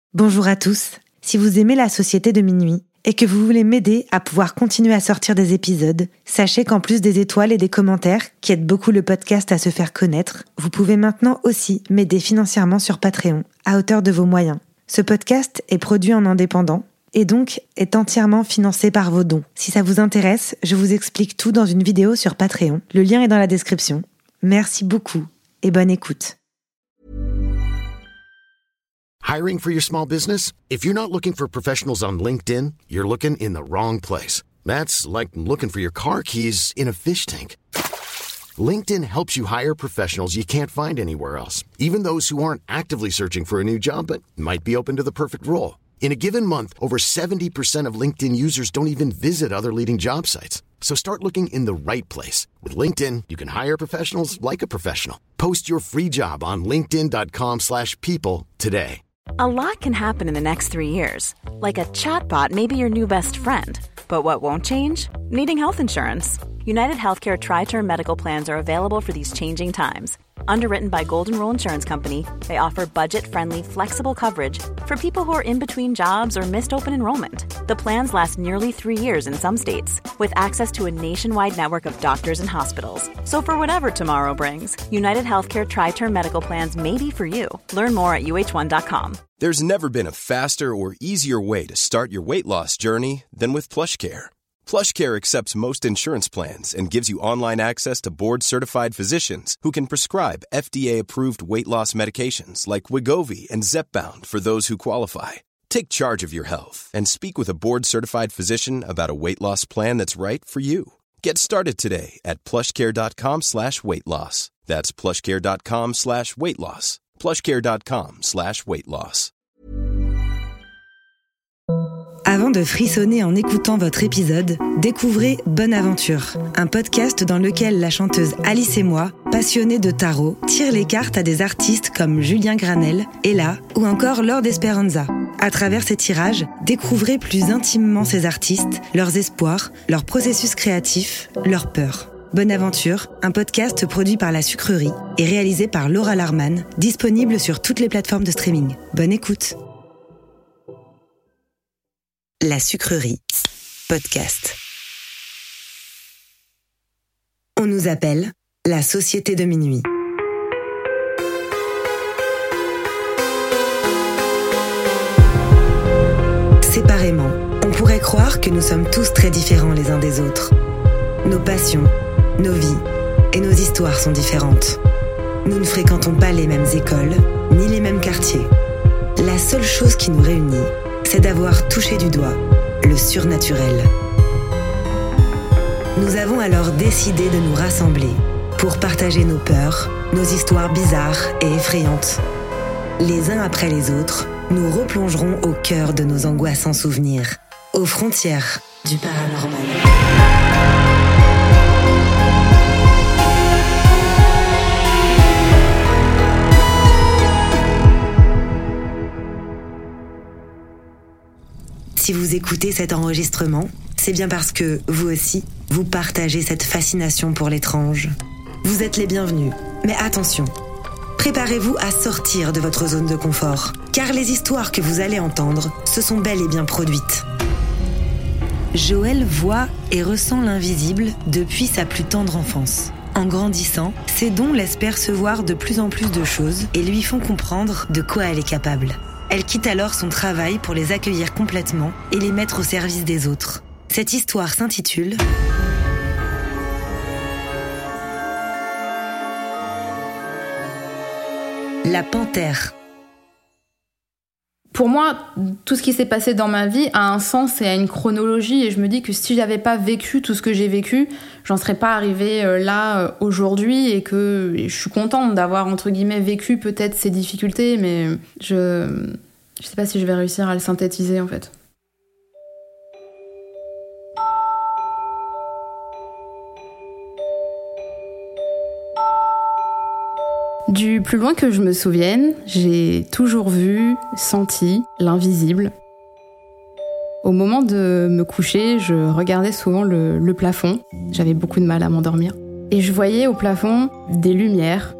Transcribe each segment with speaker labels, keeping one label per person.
Speaker 1: Bonjour à tous. Si vous aimez La Société de Minuit et que vous voulez m'aider à pouvoir continuer à sortir des épisodes, sachez qu'en plus des étoiles et des commentaires qui aident beaucoup le podcast à se faire connaître, vous pouvez maintenant aussi m'aider financièrement sur Patreon, à hauteur de vos moyens. Ce podcast est produit en indépendant et donc est entièrement financé par vos dons. Si ça vous intéresse, je vous explique tout dans une vidéo sur Patreon. Le lien est dans la description. Merci beaucoup et bonne écoute.
Speaker 2: Hiring for your small business? If you're not looking for professionals on LinkedIn, you're looking in the wrong place. That's like looking for your car keys in a fish tank. LinkedIn helps you hire professionals you can't find anywhere else, even those who aren't actively searching for a new job but might be open to the perfect role. In a given month, over 70% of LinkedIn users don't even visit other leading job sites. So start looking in the right place. With LinkedIn, you can hire professionals like a professional. Post your free job on linkedin.com/people today.
Speaker 3: A lot can happen in the next 3 years. Like a chatbot may be your new best friend. But what won't change? Needing health insurance. United Healthcare Tri-Term Medical Plans are available for these changing times. Underwritten by Golden Rule Insurance Company, they offer budget-friendly, flexible coverage for people who are in between jobs or missed open enrollment. The plans last nearly 3 years in some states, with access to a nationwide network of doctors and hospitals. So for whatever tomorrow brings, United Healthcare Tri-Term Medical Plans may be for you. Learn more at uh1.com.
Speaker 4: There's never been a faster or easier way to start your weight loss journey than with PlushCare. PlushCare accepts most insurance plans and gives you online access to board-certified physicians who can prescribe FDA-approved weight loss medications like Wegovy and Zepbound for those who qualify. Take charge of your health and speak with a board-certified physician about a weight loss plan that's right for you. Get started today at plushcare.com/weight loss. That's plushcare.com/weight loss. plushcare.com/weight loss.
Speaker 1: Avant de frissonner en écoutant votre épisode, découvrez Bonne Aventure, un podcast dans lequel la chanteuse Alice et moi, passionnés de tarot, tire les cartes à des artistes comme Julien Granel, Ella ou encore Lord Esperanza. À travers ces tirages, découvrez plus intimement ces artistes, leurs espoirs, leur processus créatif, leurs peurs. Bonne Aventure, un podcast produit par La Sucrerie et réalisé par Laura Larman, disponible sur toutes les plateformes de streaming. Bonne écoute. La Sucrerie, podcast. On nous appelle La Société de Minuit. Séparément, on pourrait croire que nous sommes tous très différents les uns des autres. Nos passions, nos vies et nos histoires sont différentes. Nous ne fréquentons pas les mêmes écoles, ni les mêmes quartiers. La seule chose qui nous réunit, c'est d'avoir touché du doigt le surnaturel. Nous avons alors décidé de nous rassembler pour partager nos peurs, nos histoires bizarres et effrayantes. Les uns après les autres, nous replongerons au cœur de nos angoissants souvenirs, aux frontières du paranormal. Si vous écoutez cet enregistrement, c'est bien parce que, vous aussi, vous partagez cette fascination pour l'étrange. Vous êtes les bienvenus, mais attention, préparez-vous à sortir de votre zone de confort, car les histoires que vous allez entendre se sont bel et bien produites. Joël voit et ressent l'invisible depuis sa plus tendre enfance. En grandissant, ses dons laissent percevoir de plus en plus de choses et lui font comprendre de quoi elle est capable. Elle quitte alors son travail pour les accueillir complètement et les mettre au service des autres. Cette histoire s'intitule La Panthère.
Speaker 5: Pour moi, tout ce qui s'est passé dans ma vie a un sens et a une chronologie, et je me dis que si j'avais pas vécu tout ce que j'ai vécu, j'en serais pas arrivée là aujourd'hui, et que je suis contente d'avoir entre guillemets vécu peut-être ces difficultés, mais je sais pas si je vais réussir à le synthétiser en fait. Du plus loin que je me souvienne, j'ai toujours vu, senti l'invisible. Au moment de me coucher, je regardais souvent le plafond. J'avais beaucoup de mal à m'endormir. Et je voyais au plafond des lumières,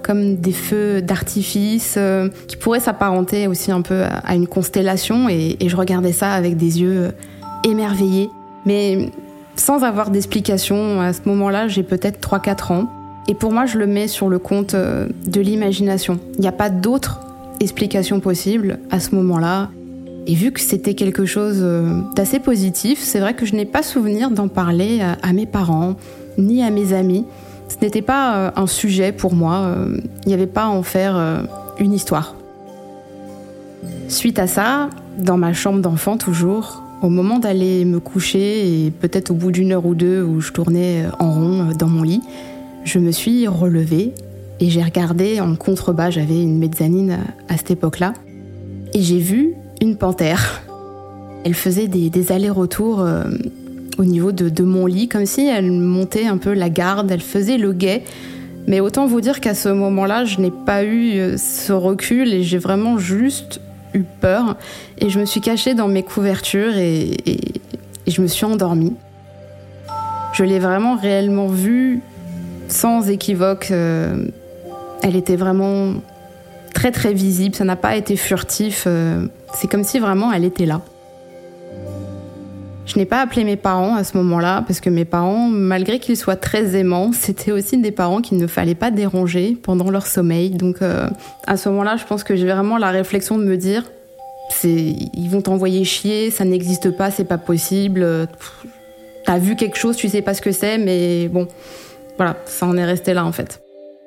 Speaker 5: comme des feux d'artifice qui pourraient s'apparenter aussi un peu à une constellation et je regardais ça avec des yeux émerveillés. Mais sans avoir d'explication, à ce moment-là, j'ai peut-être 3-4 ans. Et pour moi, je le mets sur le compte de l'imagination. Il n'y a pas d'autre explication possible à ce moment-là. Et vu que c'était quelque chose d'assez positif, c'est vrai que je n'ai pas souvenir d'en parler à mes parents, ni à mes amis. Ce n'était pas un sujet pour moi. Il n'y avait pas à en faire une histoire. Suite à ça, dans ma chambre d'enfant toujours, au moment d'aller me coucher, et peut-être au bout d'1 heure ou 2 où je tournais en rond dans mon lit, je me suis relevée et j'ai regardé en contrebas, j'avais une mezzanine à cette époque-là, et j'ai vu une panthère. Elle faisait des allers-retours au niveau de mon lit, comme si elle montait un peu la garde, elle faisait le guet. Mais autant vous dire qu'à ce moment-là, je n'ai pas eu ce recul et j'ai vraiment juste eu peur. Et je me suis cachée dans mes couvertures et je me suis endormie. Je l'ai vraiment réellement vue sans équivoque. Elle était vraiment très très visible, ça n'a pas été furtif. C'est comme si vraiment elle était là. Je n'ai pas appelé mes parents à ce moment-là, parce que mes parents, malgré qu'ils soient très aimants, c'était aussi des parents qu'il ne fallait pas déranger pendant leur sommeil. Donc à ce moment-là, je pense que j'ai vraiment la réflexion de me dire, ils vont t'envoyer chier, ça n'existe pas, c'est pas possible. T'as vu quelque chose, tu sais pas ce que c'est, mais bon, voilà, ça en est resté là en fait.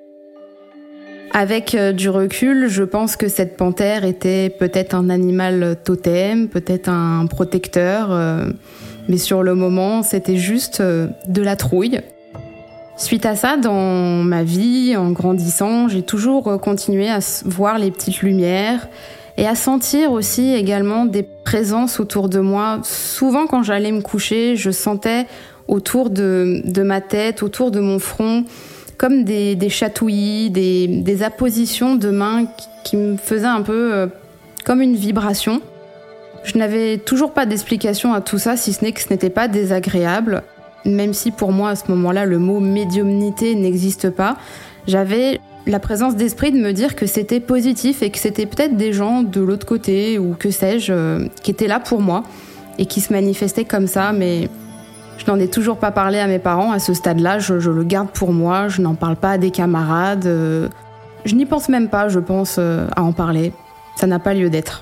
Speaker 5: Avec du recul, je pense que cette panthère était peut-être un animal totem, peut-être un protecteur, mais sur le moment, c'était juste de la trouille. Suite à ça, dans ma vie, en grandissant, j'ai toujours continué à voir les petites lumières et à sentir aussi également des présences autour de moi. Souvent, quand j'allais me coucher, je sentais autour de ma tête, autour de mon front, comme des chatouillis, des appositions de mains qui me faisaient un peu comme une vibration. Je n'avais toujours pas d'explication à tout ça, si ce n'est que ce n'était pas désagréable. Même si pour moi, à ce moment-là, le mot médiumnité n'existe pas, j'avais la présence d'esprit de me dire que c'était positif et que c'était peut-être des gens de l'autre côté, ou que sais-je, qui étaient là pour moi et qui se manifestaient comme ça, mais je n'en ai toujours pas parlé à mes parents à ce stade-là, je le garde pour moi, je n'en parle pas à des camarades, je n'y pense même pas, je pense, à en parler. Ça n'a pas lieu d'être.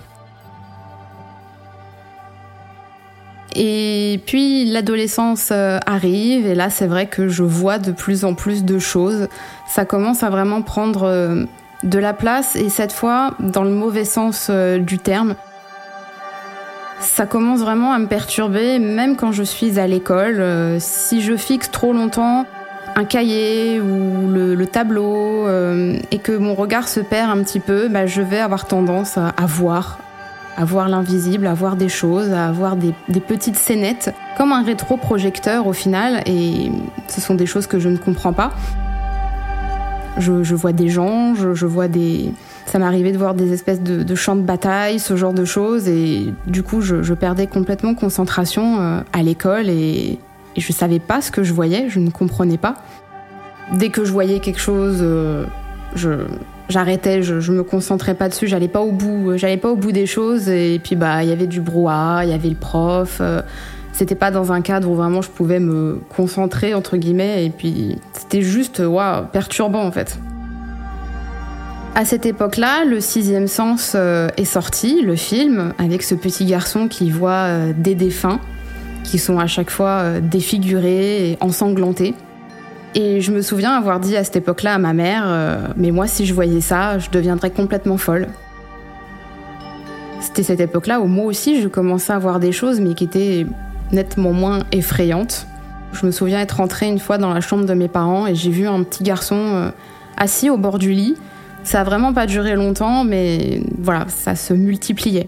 Speaker 5: Et puis l'adolescence arrive, et là c'est vrai que je vois de plus en plus de choses. Ça commence à vraiment prendre de la place, et cette fois dans le mauvais sens du terme. Ça commence vraiment à me perturber, même quand je suis à l'école. Si je fixe trop longtemps un cahier ou le tableau et que mon regard se perd un petit peu, je vais avoir tendance à voir l'invisible, à voir des choses, à voir des petites scénettes, comme un rétroprojecteur au final, et ce sont des choses que je ne comprends pas. Je vois des gens, je vois des... Ça m'arrivait de voir des espèces de champs de bataille, ce genre de choses, et du coup je perdais complètement concentration à l'école, et je savais pas ce que je voyais, je ne comprenais pas. Dès que je voyais quelque chose, j'arrêtais, je me concentrais pas dessus, j'allais pas au bout des choses, et puis il y avait du brouhaha, il y avait le prof, c'était pas dans un cadre où vraiment je pouvais me concentrer entre guillemets, et puis c'était juste perturbant en fait. À cette époque-là, le 6e sens est sorti, le film, avec ce petit garçon qui voit des défunts qui sont à chaque fois défigurés et ensanglantés. Et je me souviens avoir dit à cette époque-là à ma mère mais moi, si je voyais ça, je deviendrais complètement folle. C'était cette époque-là où moi aussi, je commençais à voir des choses, mais qui étaient nettement moins effrayantes. Je me souviens être rentrée une fois dans la chambre de mes parents et j'ai vu un petit garçon assis au bord du lit. Ça a vraiment pas duré longtemps, mais voilà, ça se multipliait.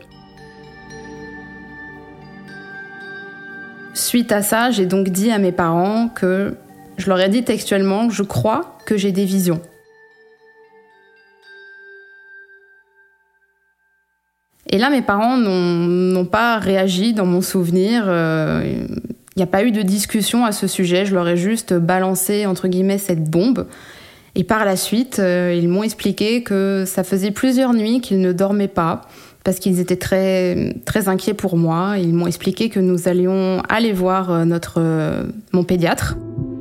Speaker 5: Suite à ça, j'ai donc dit à mes parents que, je leur ai dit textuellement, je crois que j'ai des visions. Et là, mes parents n'ont pas réagi dans mon souvenir. Il n'y a pas eu de discussion à ce sujet. Je leur ai juste balancé, entre guillemets, cette bombe. Et par la suite, ils m'ont expliqué que ça faisait plusieurs nuits qu'ils ne dormaient pas parce qu'ils étaient très, très inquiets pour moi. Ils m'ont expliqué que nous allions aller voir mon pédiatre,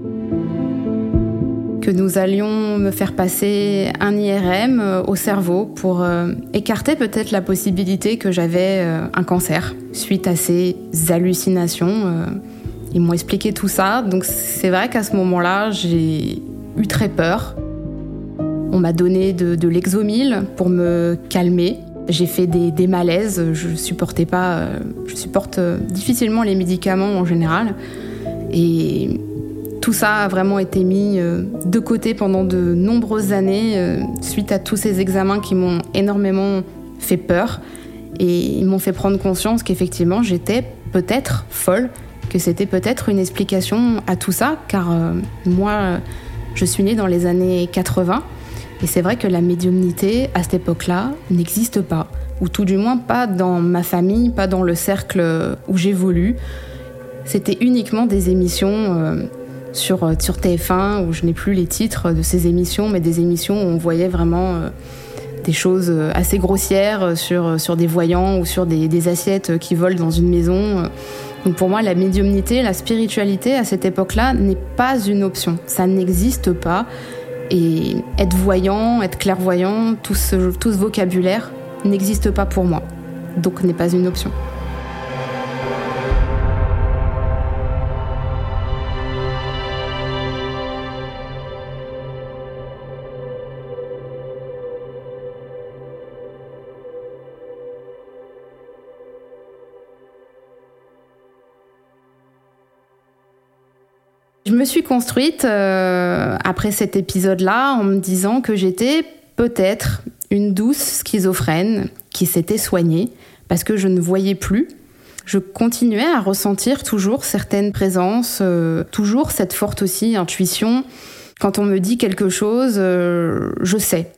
Speaker 5: que nous allions me faire passer un IRM au cerveau pour écarter peut-être la possibilité que j'avais un cancer suite à ces hallucinations. Ils m'ont expliqué tout ça, donc c'est vrai qu'à ce moment-là, j'ai eu très peur. On m'a donné de l'Exomil pour me calmer. J'ai fait des malaises, je supporte difficilement les médicaments en général. Et tout ça a vraiment été mis de côté pendant de nombreuses années suite à tous ces examens qui m'ont énormément fait peur. Et ils m'ont fait prendre conscience qu'effectivement, j'étais peut-être folle, que c'était peut-être une explication à tout ça, car moi, je suis née dans les années 80. Et c'est vrai que la médiumnité, à cette époque-là, n'existe pas. Ou tout du moins pas dans ma famille, pas dans le cercle où j'évolue. C'était uniquement des émissions sur TF1, où je n'ai plus les titres de ces émissions, mais des émissions où on voyait vraiment des choses assez grossières sur des voyants ou sur des assiettes qui volent dans une maison. Donc pour moi, la médiumnité, la spiritualité, à cette époque-là, n'est pas une option. Ça n'existe pas. Et être voyant, être clairvoyant, tout ce vocabulaire n'existe pas pour moi. Donc n'est pas une option. Je me suis construite après cet épisode-là en me disant que j'étais peut-être une douce schizophrène qui s'était soignée parce que je ne voyais plus. Je continuais à ressentir toujours certaines présences, toujours cette forte aussi intuition. Quand on me dit quelque chose, je sais.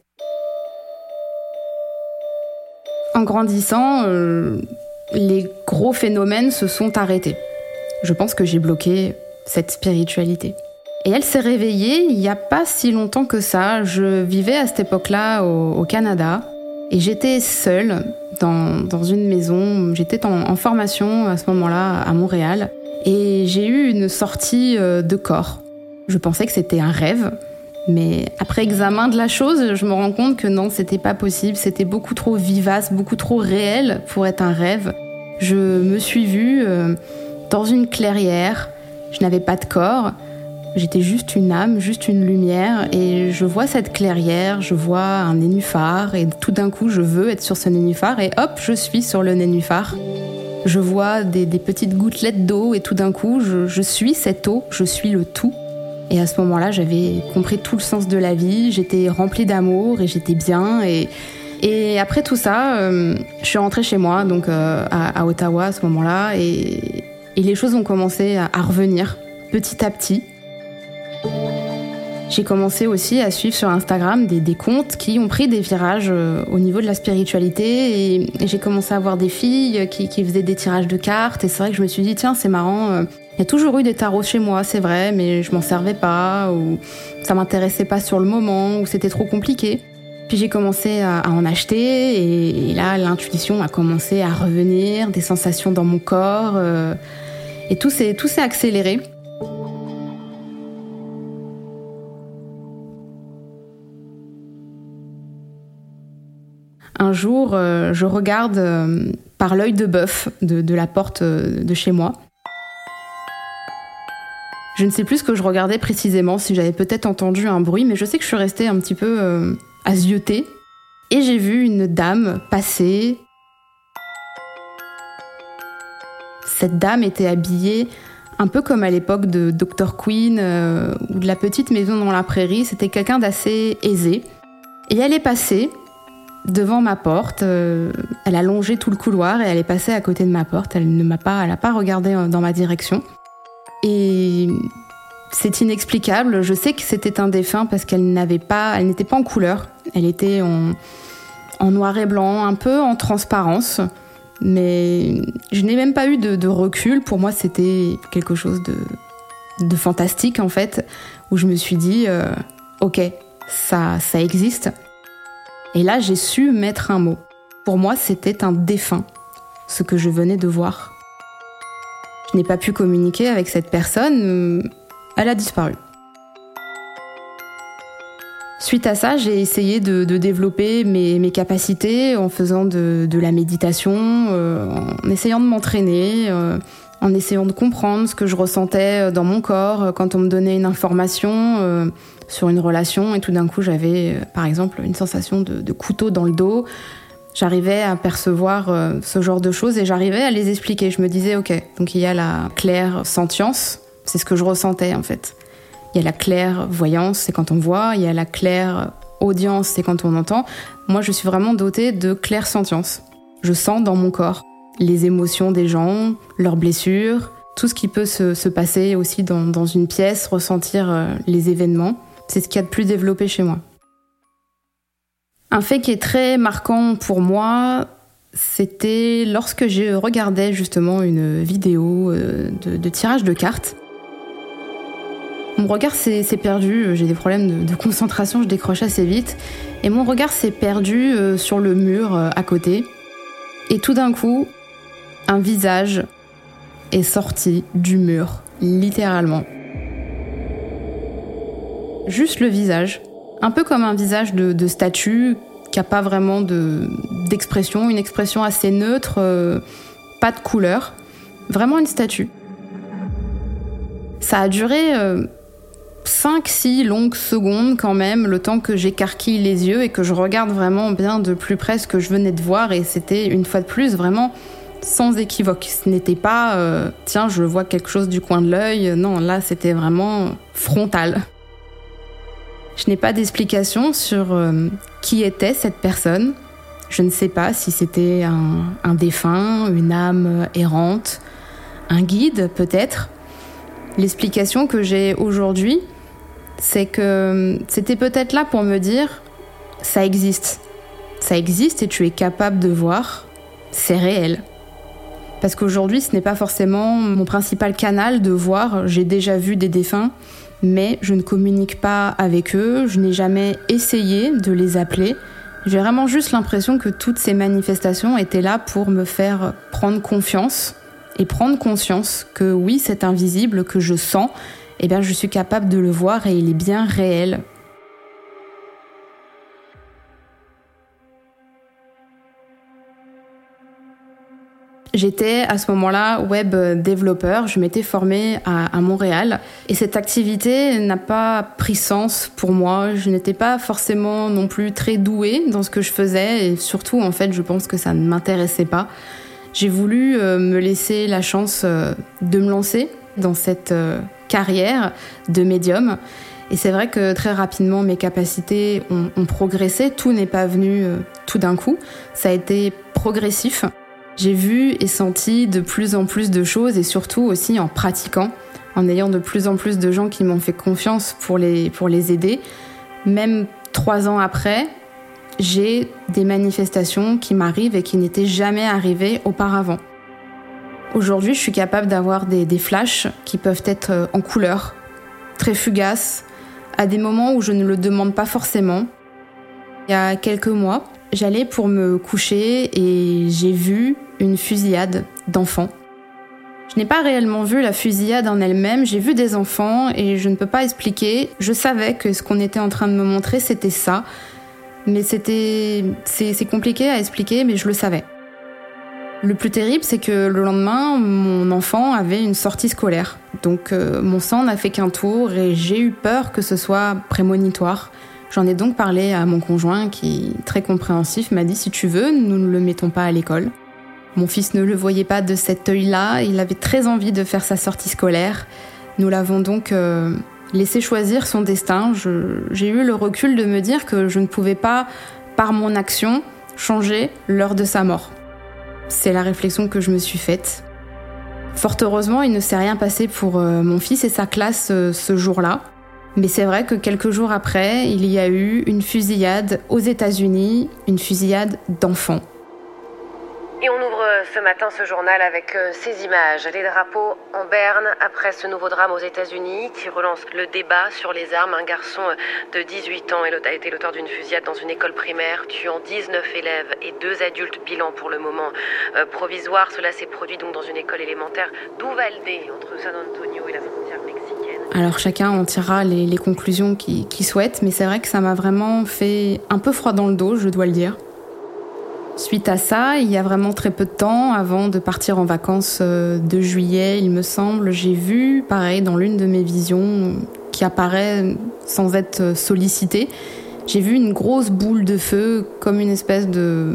Speaker 5: En grandissant, les gros phénomènes se sont arrêtés. Je pense que j'ai bloqué cette spiritualité. Et elle s'est réveillée il n'y a pas si longtemps que ça. Je vivais à cette époque-là au Canada et j'étais seule dans une maison. J'étais en formation à ce moment-là à Montréal et j'ai eu une sortie de corps. Je pensais que c'était un rêve, mais après examen de la chose, je me rends compte que non, c'était pas possible. C'était beaucoup trop vivace, beaucoup trop réel pour être un rêve. Je me suis vue dans une clairière. Je n'avais pas de corps, j'étais juste une âme, juste une lumière, et je vois cette clairière, je vois un nénuphar, et tout d'un coup je veux être sur ce nénuphar, et hop, je suis sur le nénuphar. Je vois des petites gouttelettes d'eau, et tout d'un coup je suis cette eau, je suis le tout. Et à ce moment-là, j'avais compris tout le sens de la vie, j'étais remplie d'amour, et j'étais bien, et après tout ça, je suis rentrée chez moi, donc à Ottawa à ce moment-là, et les choses ont commencé à revenir petit à petit. J'ai commencé aussi à suivre sur Instagram des comptes qui ont pris des virages au niveau de la spiritualité et j'ai commencé à voir des filles qui faisaient des tirages de cartes et c'est vrai que je me suis dit tiens c'est marrant, il y a toujours eu des tarots chez moi c'est vrai mais je m'en servais pas ou ça m'intéressait pas sur le moment ou c'était trop compliqué. Puis j'ai commencé à en acheter et là l'intuition a commencé à revenir, des sensations dans mon corps et tout s'est accéléré. Un jour, je regarde par l'œil de bœuf de la porte de chez moi. Je ne sais plus ce que je regardais précisément, si j'avais peut-être entendu un bruit, mais je sais que je suis restée un petit peu à zioter. Et j'ai vu une dame passer. Cette dame était habillée un peu comme à l'époque de Dr. Queen ou de la petite maison dans la prairie. C'était quelqu'un d'assez aisé. Et elle est passée devant ma porte. Elle a longé tout le couloir et elle est passée à côté de ma porte. Elle n'a pas regardé dans ma direction. Et c'est inexplicable. Je sais que c'était un défunt parce qu'elle n'était pas en couleur. Elle était en noir et blanc, un peu en transparence. Mais je n'ai même pas eu de recul. Pour moi, c'était quelque chose de fantastique, en fait, où je me suis dit, ok, ça existe. Et là, j'ai su mettre un mot. Pour moi, c'était un défunt, ce que je venais de voir. Je n'ai pas pu communiquer avec cette personne, elle a disparu. Suite à ça, j'ai essayé de développer mes capacités en faisant de la méditation, en essayant de m'entraîner, en essayant de comprendre ce que je ressentais dans mon corps quand on me donnait une information sur une relation et tout d'un coup j'avais par exemple une sensation de couteau dans le dos. J'arrivais à percevoir ce genre de choses et j'arrivais à les expliquer. Je me disais ok, donc il y a la clair-sentience, c'est ce que je ressentais en fait. Il y a la claire-voyance, c'est quand on voit, il y a la claire-audience, c'est quand on entend. Moi je suis vraiment dotée de clair-sentience. Je sens dans mon corps les émotions des gens, leurs blessures, tout ce qui peut se passer aussi dans une pièce, ressentir les événements. C'est ce qu'il y a de plus développé chez moi. Un fait qui est très marquant pour moi, c'était lorsque je regardais justement une vidéo de tirage de cartes. Mon regard s'est perdu, j'ai des problèmes de concentration, je décroche assez vite. Et mon regard s'est perdu sur le mur à côté. Et tout d'un coup, un visage est sorti du mur, littéralement. Juste le visage, un peu comme un visage de statue qui n'a pas vraiment d'expression, une expression assez neutre, pas de couleur, vraiment une statue. Ça a duré 5-6 longues secondes quand même, le temps que j'écarquille les yeux et que je regarde vraiment bien de plus près ce que je venais de voir, et c'était une fois de plus vraiment sans équivoque. Ce n'était pas tiens, je vois quelque chose du coin de l'œil. Non, là, c'était vraiment frontal. Je n'ai pas d'explication sur qui était cette personne. Je ne sais pas si c'était un défunt, une âme errante, un guide peut-être. L'explication que j'ai aujourd'hui, c'est que c'était peut-être là pour me dire « ça existe. Ça existe et tu es capable de voir. C'est réel. » Parce qu'aujourd'hui, ce n'est pas forcément mon principal canal de voir. J'ai déjà vu des défunts, mais je ne communique pas avec eux. Je n'ai jamais essayé de les appeler. J'ai vraiment juste l'impression que toutes ces manifestations étaient là pour me faire prendre confiance et prendre conscience que oui, c'est invisible, que je sens, eh bien, je suis capable de le voir et il est bien réel. J'étais à ce moment-là web développeur, je m'étais formée à Montréal et cette activité n'a pas pris sens pour moi. Je n'étais pas forcément non plus très douée dans ce que je faisais et surtout en fait je pense que ça ne m'intéressait pas. J'ai voulu me laisser la chance de me lancer dans cette carrière de médium et c'est vrai que très rapidement mes capacités ont progressé. Tout n'est pas venu tout d'un coup, ça a été progressif. J'ai vu et senti de plus en plus de choses et surtout aussi en pratiquant, en ayant de plus en plus de gens qui m'ont fait confiance pour les aider. Même 3 ans après, j'ai des manifestations qui m'arrivent et qui n'étaient jamais arrivées auparavant. Aujourd'hui, je suis capable d'avoir des flashs qui peuvent être en couleur, très fugaces, à des moments où je ne le demande pas forcément. Il y a quelques mois, j'allais pour me coucher et j'ai vu une fusillade d'enfants. Je n'ai pas réellement vu la fusillade en elle-même, j'ai vu des enfants et je ne peux pas expliquer. Je savais que ce qu'on était en train de me montrer, c'était ça. Mais c'est compliqué à expliquer, mais je le savais. Le plus terrible, c'est que le lendemain, mon enfant avait une sortie scolaire. Donc mon sang n'a fait qu'un tour et j'ai eu peur que ce soit prémonitoire. J'en ai donc parlé à mon conjoint qui, très compréhensif, m'a dit « Si tu veux, nous ne le mettons pas à l'école ». Mon fils ne le voyait pas de cet œil-là, il avait très envie de faire sa sortie scolaire. Nous l'avons donc laissé choisir son destin. J'ai eu le recul de me dire que je ne pouvais pas, par mon action, changer l'heure de sa mort. C'est la réflexion que je me suis faite. Fort heureusement, il ne s'est rien passé pour mon fils et sa classe ce jour-là. Mais c'est vrai que quelques jours après, il y a eu une fusillade aux États-Unis, une fusillade d'enfants.
Speaker 1: Et on ouvre
Speaker 6: ce matin ce journal avec ces images. Les drapeaux en berne après ce nouveau drame aux États-Unis qui relance le débat sur les armes. Un garçon de 18 ans a été l'auteur d'une fusillade dans une école primaire, tuant 19 élèves et 2 adultes. Bilan pour le moment provisoire. Cela s'est produit donc dans une école élémentaire d'Uvalde, entre San Antonio et la frontière mexicaine.
Speaker 5: Alors chacun en tirera les conclusions qu'il souhaite, mais c'est vrai que ça m'a vraiment fait un peu froid dans le dos, je dois le dire. Suite à ça, il y a vraiment très peu de temps, avant de partir en vacances de juillet, il me semble, j'ai vu, pareil, dans l'une de mes visions, qui apparaît sans être sollicitée, j'ai vu une grosse boule de feu, comme une espèce de...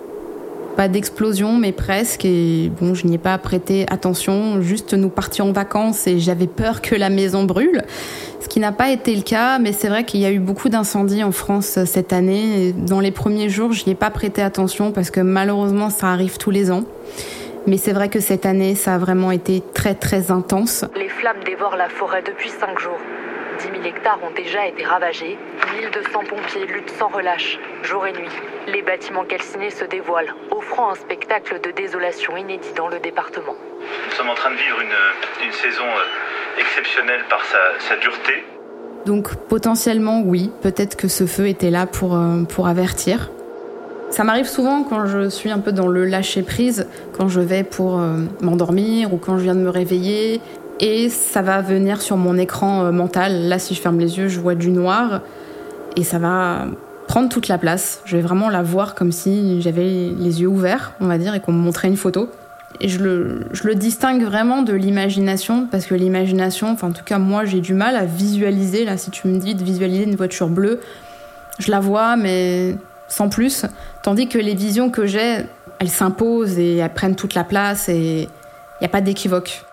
Speaker 5: pas d'explosion, mais presque, et bon, je n'y ai pas prêté attention, juste nous partions en vacances et j'avais peur que la maison brûle, ce qui n'a pas été le cas, mais c'est vrai qu'il y a eu beaucoup d'incendies en France cette année, et dans les premiers jours, je n'y ai pas prêté attention parce que malheureusement, ça arrive tous les ans. Mais c'est vrai que cette année, ça a vraiment été très très intense.
Speaker 7: Les flammes dévorent la forêt depuis 5 jours. 10 000 hectares ont déjà été ravagés. 1200 pompiers luttent sans relâche, jour et nuit. Les bâtiments calcinés se dévoilent, offrant un spectacle de désolation inédit dans le département.
Speaker 8: Nous sommes en train de vivre une saison exceptionnelle par sa dureté.
Speaker 5: Donc potentiellement, oui, peut-être que ce feu était là pour avertir. Ça m'arrive souvent quand je suis un peu dans le lâcher-prise, quand je vais pour m'endormir ou quand je viens de me réveiller. Et ça va venir sur mon écran mental. Là, si je ferme les yeux, je vois du noir. Et ça va prendre toute la place. Je vais vraiment la voir comme si j'avais les yeux ouverts, on va dire, et qu'on me montrait une photo. Et je le distingue vraiment de l'imagination, parce que l'imagination, enfin en tout cas moi, j'ai du mal à visualiser. Là, si tu me dis de visualiser une voiture bleue, je la vois, mais sans plus. Tandis que les visions que j'ai, elles s'imposent et elles prennent toute la place et il n'y a pas d'équivoque.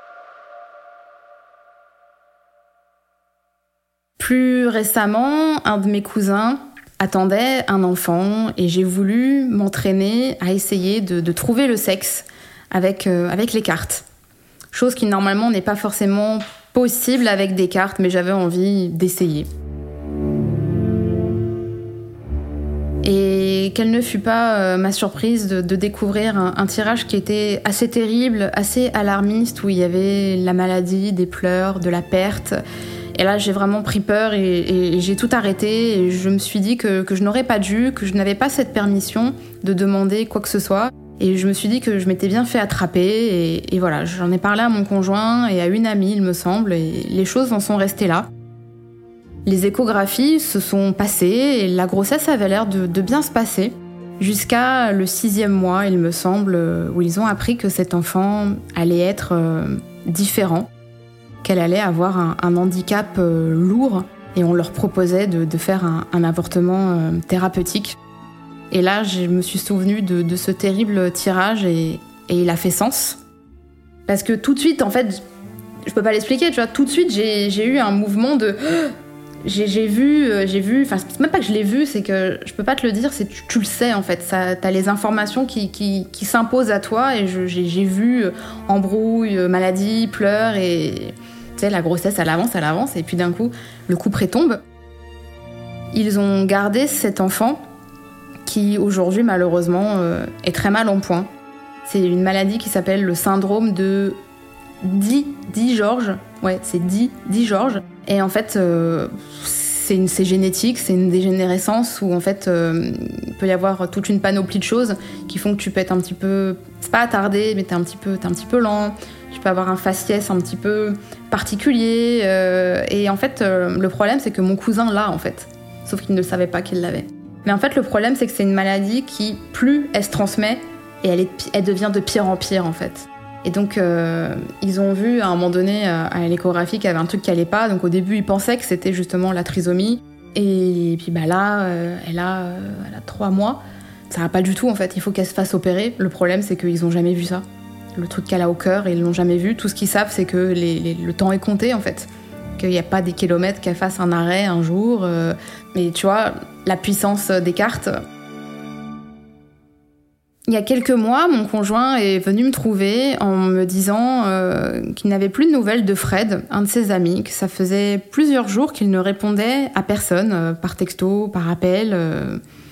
Speaker 5: Plus récemment, un de mes cousins attendait un enfant et j'ai voulu m'entraîner à essayer de trouver le sexe avec les cartes. Chose qui normalement n'est pas forcément possible avec des cartes, mais j'avais envie d'essayer. Et quelle ne fut pas ma surprise de découvrir un tirage qui était assez terrible, assez alarmiste, où il y avait la maladie, des pleurs, de la perte. Et là, j'ai vraiment pris peur et j'ai tout arrêté. Et je me suis dit que je n'aurais pas dû, que je n'avais pas cette permission de demander quoi que ce soit. Et je me suis dit que je m'étais bien fait attraper. Et voilà, j'en ai parlé à mon conjoint et à une amie, il me semble. Et les choses en sont restées là. Les échographies se sont passées et la grossesse avait l'air de bien se passer. Jusqu'à le 6e mois, il me semble, où ils ont appris que cet enfant allait être différent. Qu'elle allait avoir un handicap lourd et on leur proposait de faire un avortement thérapeutique. Et là, je me suis souvenue de ce terrible tirage et il a fait sens. Parce que tout de suite, en fait, je peux pas l'expliquer, tu vois, tout de suite, j'ai eu un mouvement de... J'ai vu, enfin, c'est même pas que je l'ai vu, c'est que je peux pas te le dire, c'est tu le sais en fait, t'as les informations qui s'imposent à toi et j'ai vu embrouille, maladie, pleurs et tu sais, la grossesse elle avance et puis d'un coup le couperet tombe. Ils ont gardé cet enfant qui aujourd'hui malheureusement est très mal en point. C'est une maladie qui s'appelle le syndrome de Di-George. Ouais, c'est Di-George. Et en fait, c'est génétique, c'est une dégénérescence où en fait, il peut y avoir toute une panoplie de choses qui font que tu peux être un petit peu, c'est pas attardé, mais t'es un petit peu lent. Tu peux avoir un faciès un petit peu particulier. Et en fait, le problème, c'est que mon cousin l'a en fait. Sauf qu'il ne savait pas qu'il l'avait. Mais en fait, le problème, c'est que c'est une maladie qui, plus elle se transmet, et elle devient de pire en pire en fait. Et donc, ils ont vu à un moment donné à l'échographie qu'il y avait un truc qui allait pas. Donc au début, ils pensaient que c'était justement la trisomie. Et puis bah là, elle a 3 mois. Ça va pas du tout en fait. Il faut qu'elle se fasse opérer. Le problème, c'est qu'ils ont jamais vu ça. Le truc qu'elle a au cœur, ils l'ont jamais vu. Tout ce qu'ils savent, c'est que le temps est compté en fait. Qu'il n'y a pas des kilomètres qu'elle fasse un arrêt un jour. Mais tu vois, la puissance des cartes. Il y a quelques mois, mon conjoint est venu me trouver en me disant qu'il n'avait plus de nouvelles de Fred, un de ses amis, que ça faisait plusieurs jours qu'il ne répondait à personne, par texto, par appel.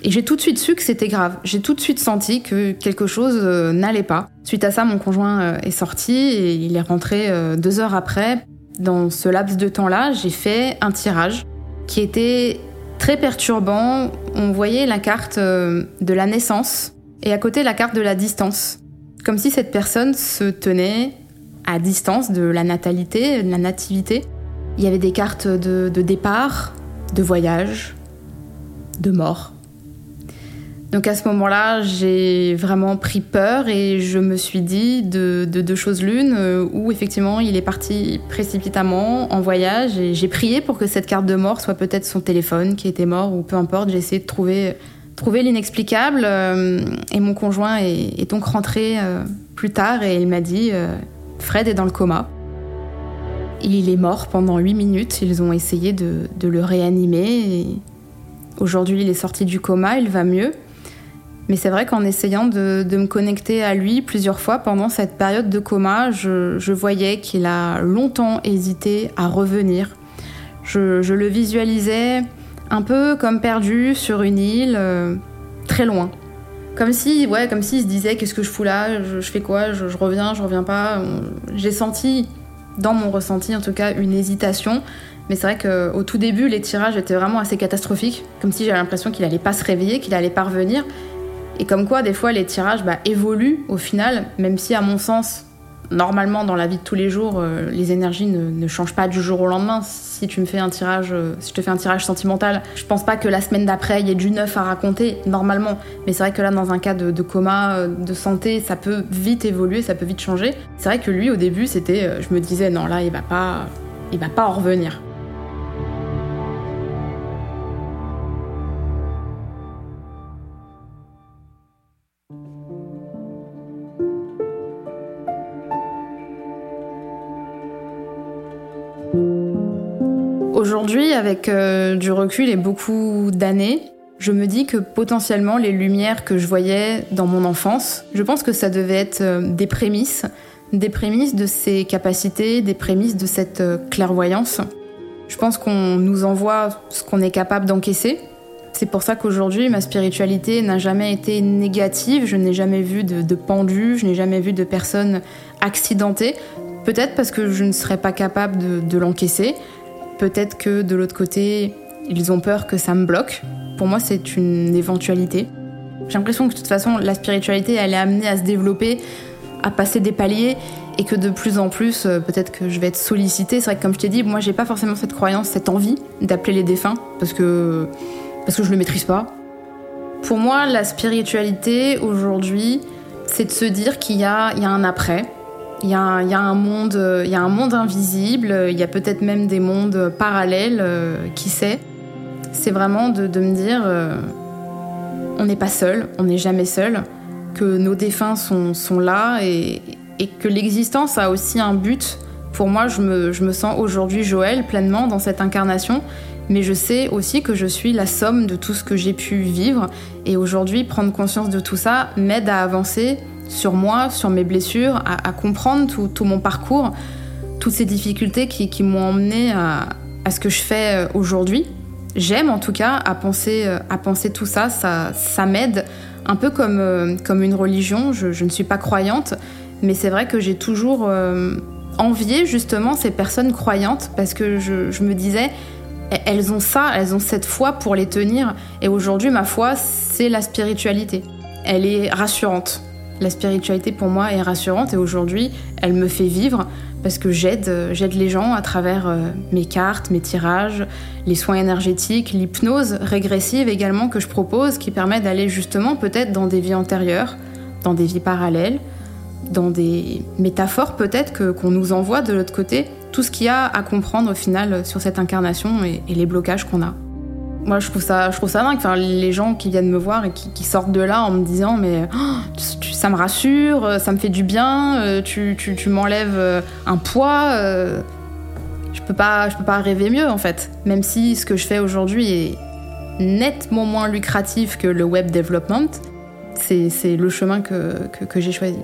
Speaker 5: Et j'ai tout de suite su que c'était grave. J'ai tout de suite senti que quelque chose n'allait pas. Suite à ça, mon conjoint est sorti et il est rentré 2 heures après. Dans ce laps de temps-là, j'ai fait un tirage qui était très perturbant. On voyait la carte de la naissance et à côté la carte de la distance. Comme si cette personne se tenait à distance de la natalité, de la nativité. Il y avait des cartes de départ, de voyage, de mort. Donc à ce moment-là, j'ai vraiment pris peur et je me suis dit de 2 choses l'une, où effectivement il est parti précipitamment en voyage et j'ai prié pour que cette carte de mort soit peut-être son téléphone qui était mort ou peu importe. J'ai essayé de trouver l'inexplicable et mon conjoint est donc rentré plus tard et il m'a dit Fred est dans le coma. Il est mort pendant 8 minutes, ils ont essayé de le réanimer et aujourd'hui il est sorti du coma, il va mieux. Mais c'est vrai qu'en essayant de me connecter à lui plusieurs fois pendant cette période de coma, je voyais qu'il a longtemps hésité à revenir. Je le visualisais un peu comme perdu sur une île, très loin. Comme s'il se disait « Qu'est-ce que je fous là ? Je fais quoi ? Je reviens pas ?» J'ai senti, dans mon ressenti en tout cas, une hésitation. Mais c'est vrai qu'au tout début, les tirages étaient vraiment assez catastrophiques. Comme si j'avais l'impression qu'il allait pas se réveiller, qu'il allait pas revenir. Et comme quoi, des fois, les tirages évoluent au final, même si, à mon sens, normalement, dans la vie de tous les jours, les énergies ne changent pas du jour au lendemain. Si je te fais un tirage sentimental, je pense pas que la semaine d'après, il y ait du neuf à raconter, normalement. Mais c'est vrai que là, dans un cas de coma, de santé, ça peut vite évoluer, ça peut vite changer. C'est vrai que lui, au début, je me disais, non, là, il va pas en revenir. Aujourd'hui, avec du recul et beaucoup d'années, je me dis que potentiellement les lumières que je voyais dans mon enfance, je pense que ça devait être des prémices de ses capacités, des prémices de cette clairvoyance. Je pense qu'on nous envoie ce qu'on est capable d'encaisser. C'est pour ça qu'aujourd'hui, ma spiritualité n'a jamais été négative. Je n'ai jamais vu de pendu, je n'ai jamais vu de personnes accidentées. Peut-être parce que je ne serais pas capable de l'encaisser. Peut-être que de l'autre côté, ils ont peur que ça me bloque. Pour moi, c'est une éventualité. J'ai l'impression que de toute façon, la spiritualité, elle est amenée à se développer, à passer des paliers, et que de plus en plus, peut-être que je vais être sollicitée. C'est vrai que comme je t'ai dit, moi, j'ai pas forcément cette croyance, cette envie d'appeler les défunts, parce que je le maîtrise pas. Pour moi, la spiritualité, aujourd'hui, c'est de se dire qu'il y a un après. Il y a un monde invisible, il y a peut-être même des mondes parallèles, qui sait. C'est vraiment de me dire, on n'est pas seul, on n'est jamais seul, que nos défunts sont là et que l'existence a aussi un but. Pour moi, je me sens aujourd'hui Joëlle pleinement dans cette incarnation, mais je sais aussi que je suis la somme de tout ce que j'ai pu vivre. Et aujourd'hui, prendre conscience de tout ça m'aide à avancer sur moi, sur mes blessures, à comprendre tout mon parcours, toutes ces difficultés qui m'ont emmené à ce que je fais aujourd'hui. J'aime en tout cas à penser tout ça, ça m'aide, un peu comme une religion. Je ne suis pas croyante, mais c'est vrai que j'ai toujours envié justement ces personnes croyantes, parce que je me disais, elles ont cette foi pour les tenir, et aujourd'hui ma foi, c'est la spiritualité. Elle est rassurante. La spiritualité pour moi est rassurante et aujourd'hui elle me fait vivre parce que j'aide les gens à travers mes cartes, mes tirages, les soins énergétiques, l'hypnose régressive également que je propose, qui permet d'aller justement peut-être dans des vies antérieures, dans des vies parallèles, dans des métaphores peut-être qu'on nous envoie de l'autre côté, tout ce qu'il y a à comprendre au final sur cette incarnation et les blocages qu'on a. Moi, je trouve ça dingue. Enfin, les gens qui viennent me voir et qui sortent de là en me disant mais ça me rassure, ça me fait du bien, tu m'enlèves un poids. Je peux pas rêver mieux en fait. Même si ce que je fais aujourd'hui est nettement moins lucratif que le web development, c'est le chemin que j'ai choisi.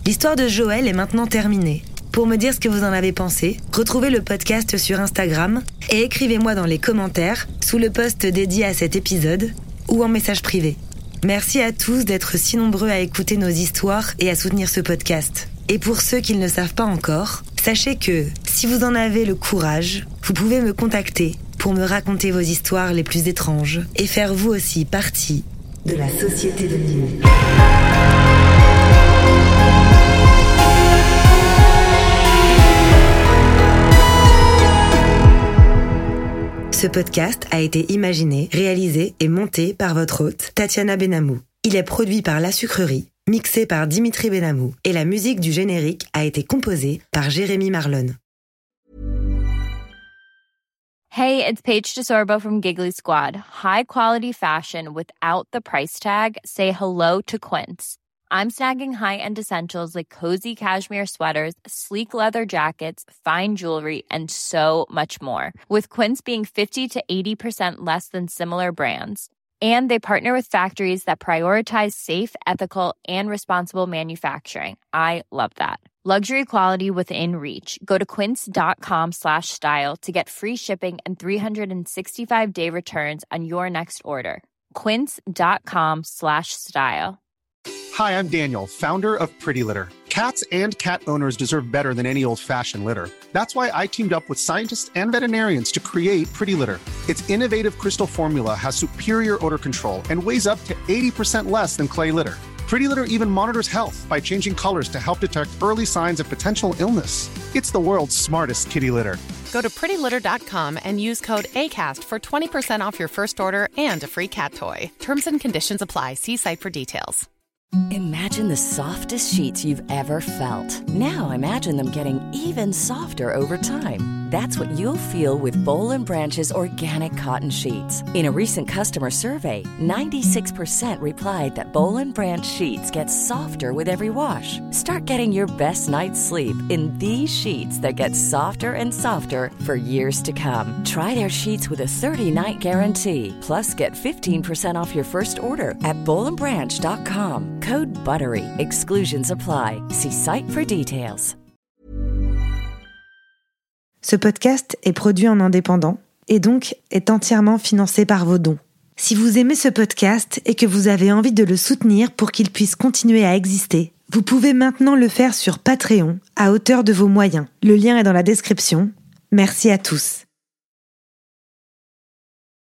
Speaker 1: L'histoire de Joël est maintenant terminée. Pour me dire ce que vous en avez pensé, retrouvez le podcast sur Instagram et écrivez-moi dans les commentaires sous le post dédié à cet épisode ou en message privé. Merci à tous d'être si nombreux à écouter nos histoires et à soutenir ce podcast. Et pour ceux qui ne le savent pas encore, sachez que, si vous en avez le courage, vous pouvez me contacter pour me raconter vos histoires les plus étranges et faire vous aussi partie de la société de Nimo. Ce podcast a été imaginé, réalisé et monté par votre hôte, Tatiana Benamou. Il est produit par La Sucrerie, mixé par Dimitri Benamou, et la musique du générique a été composée par Jérémy Marlon.
Speaker 9: Hey, it's Paige DeSorbo from Giggly Squad. High quality fashion without the price tag. Say hello to Quince. I'm snagging high-end essentials like cozy cashmere sweaters, sleek leather jackets, fine jewelry, and so much more. With Quince being 50 to 80% less than similar brands. And they partner with factories that prioritize safe, ethical, and responsible manufacturing. I love that. Luxury quality within reach. Go to quince.com/style to get free shipping and 365-day returns on your next order. Quince.com/style.
Speaker 10: Hi, I'm Daniel, founder of Pretty Litter. Cats and cat owners deserve better than any old-fashioned litter. That's why I teamed up with scientists and veterinarians to create Pretty Litter. Its innovative crystal formula has superior odor control and weighs up to 80% less than clay litter. Pretty Litter even monitors health by changing colors to help detect early signs of potential illness. It's the world's smartest kitty litter.
Speaker 11: Go to prettylitter.com and use code ACAST for 20% off your first order and a free cat toy. Terms and conditions apply. See site for details.
Speaker 12: Imagine the softest sheets you've ever felt. Now imagine them getting even softer over time. That's what you'll feel with Boll & Branch's organic cotton sheets. In a recent customer survey, 96% replied that Boll & Branch sheets get softer with every wash. Start getting your best night's sleep in these sheets that get softer and softer for years to come. Try their sheets with a 30-night guarantee. Plus, get 15% off your first order at bollandbranch.com. Code BUTTERY. Exclusions apply. See site for details.
Speaker 1: Ce podcast est produit en indépendant et donc est entièrement financé par vos dons. Si vous aimez ce podcast et que vous avez envie de le soutenir pour qu'il puisse continuer à exister, vous pouvez maintenant le faire sur Patreon à hauteur de vos moyens. Le lien est dans la description. Merci à tous.